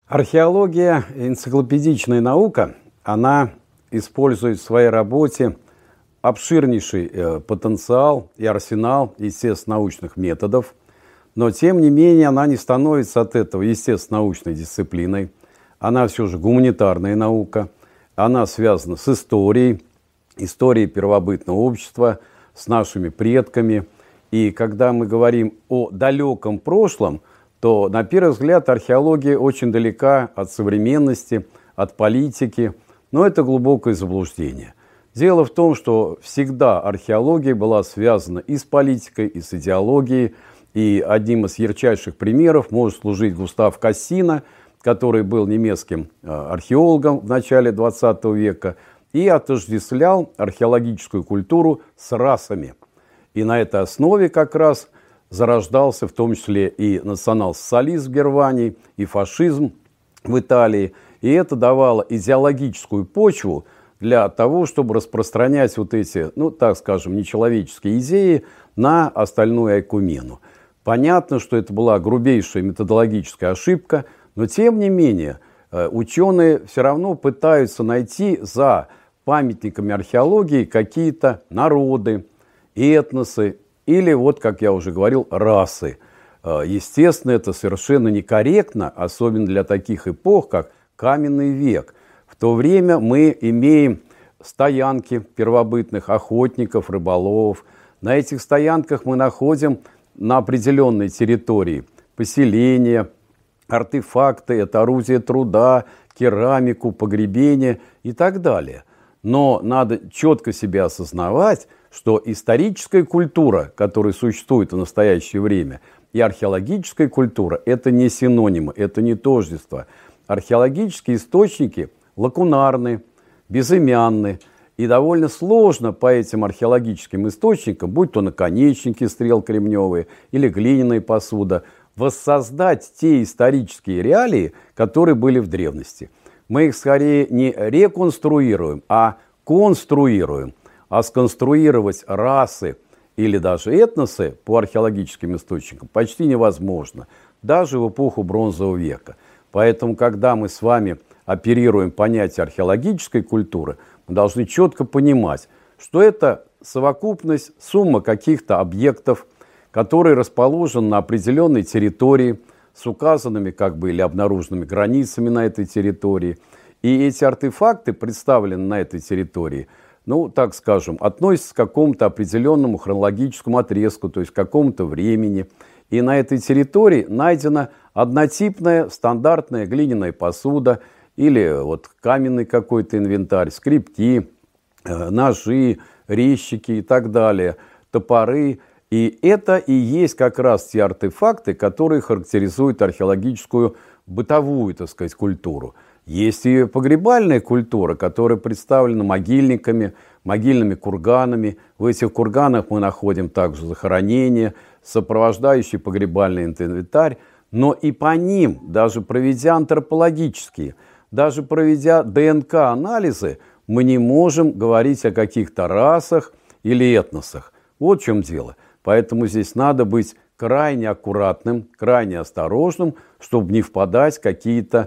Археология, энциклопедичная наука, она использует в своей работе обширнейший потенциал и арсенал естественно-научных методов, но тем не менее она не становится от этого естественно-научной дисциплиной. Она все же гуманитарная наука, она связана с историей первобытного общества, с нашими предками. И когда мы говорим о далеком прошлом, то, на первый взгляд, археология очень далека от современности, от политики, но это глубокое заблуждение. Дело в том, что всегда археология была связана и с политикой, и с идеологией, и одним из ярчайших примеров может служить Густав Кассина, который был немецким археологом в начале XX века и отождествлял археологическую культуру с расами. И на этой основе как раз зарождался в том числе и национал-социализм в Германии, и фашизм в Италии. И это давало идеологическую почву для того, чтобы распространять вот эти, так скажем, нечеловеческие идеи на остальную айкумену. Понятно, что это была грубейшая методологическая ошибка, но тем не менее ученые все равно пытаются найти за памятниками археологии какие-то народы, этносы, или, как я уже говорил, расы. Естественно, это совершенно некорректно, особенно для таких эпох, как каменный век. В то время мы имеем стоянки первобытных охотников, рыболовов. На этих стоянках мы находим на определенной территории поселения, артефакты, это орудия труда, керамику, погребения и так далее. Но надо четко себе осознавать, что историческая культура, которая существует в настоящее время, и археологическая культура – это не синонимы, это не тождество. Археологические источники лакунарны, безымянны, и довольно сложно по этим археологическим источникам, будь то наконечники стрел кремневые или глиняная посуда, воссоздать те исторические реалии, которые были в древности. Мы их скорее не реконструируем, а конструируем. А сконструировать расы или даже этносы по археологическим источникам почти невозможно, даже в эпоху Бронзового века. Поэтому, когда мы с вами оперируем понятие археологической культуры, мы должны четко понимать, что это совокупность, сумма каких-то объектов, которые расположены на определенной территории, с указанными или обнаруженными границами на этой территории. И эти артефакты, представленные на этой территории, так скажем, относятся к какому-то определенному хронологическому отрезку, то есть к какому-то времени. И на этой территории найдена однотипная стандартная глиняная посуда или каменный какой-то инвентарь, скребки, ножи, резчики и так далее, топоры. И это и есть как раз те артефакты, которые характеризуют археологическую бытовую, культуру. Есть и погребальная культура, которая представлена могильниками, могильными курганами. В этих курганах мы находим также захоронения, сопровождающий погребальный инвентарь. Но и по ним, даже проведя антропологические, даже проведя ДНК-анализы, мы не можем говорить о каких-то расах или этносах. Вот в чем дело. Поэтому здесь надо быть крайне аккуратным, крайне осторожным, чтобы не впадать в какие-то,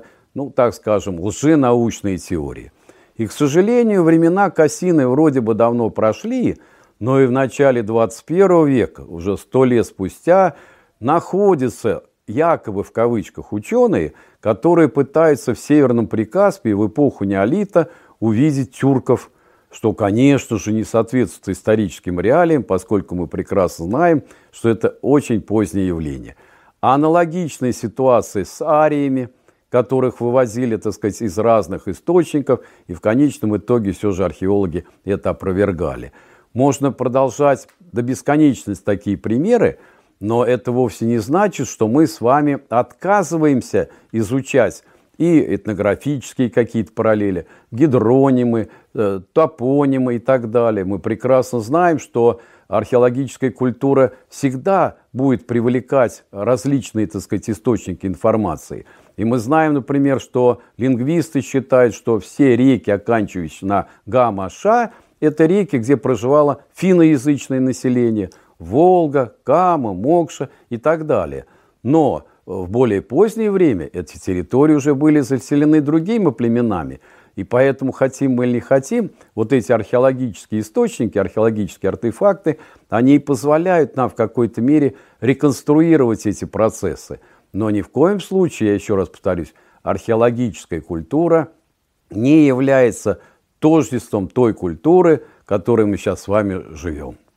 лженаучные теории. И, к сожалению, времена Кассины вроде бы давно прошли, но и в начале 21 века, уже 100 лет спустя, находятся якобы в кавычках ученые, которые пытаются в Северном Прикаспии в эпоху неолита увидеть тюрков, что, конечно же, не соответствует историческим реалиям, поскольку мы прекрасно знаем, что это очень позднее явление. Аналогичная ситуация с ариями, которых вывозили, из разных источников, и в конечном итоге все же археологи это опровергали. Можно продолжать до бесконечности такие примеры, но это вовсе не значит, что мы с вами отказываемся изучать и этнографические какие-то параллели, гидронимы, топонимы и так далее. Мы прекрасно знаем, что археологическая культура всегда будет привлекать различные, источники информации. И мы знаем, например, что лингвисты считают, что все реки, оканчивающиеся на Га-Ма-Ша, это реки, где проживало финноязычное население. Волга, Кама, Мокша и так далее. Но в более позднее время эти территории уже были заселены другими племенами. И поэтому, хотим мы или не хотим, вот эти археологические источники, археологические артефакты, они позволяют нам в какой-то мере реконструировать эти процессы. Но ни в коем случае, я еще раз повторюсь, археологическая культура не является тождеством той культуры, в которой мы сейчас с вами живем.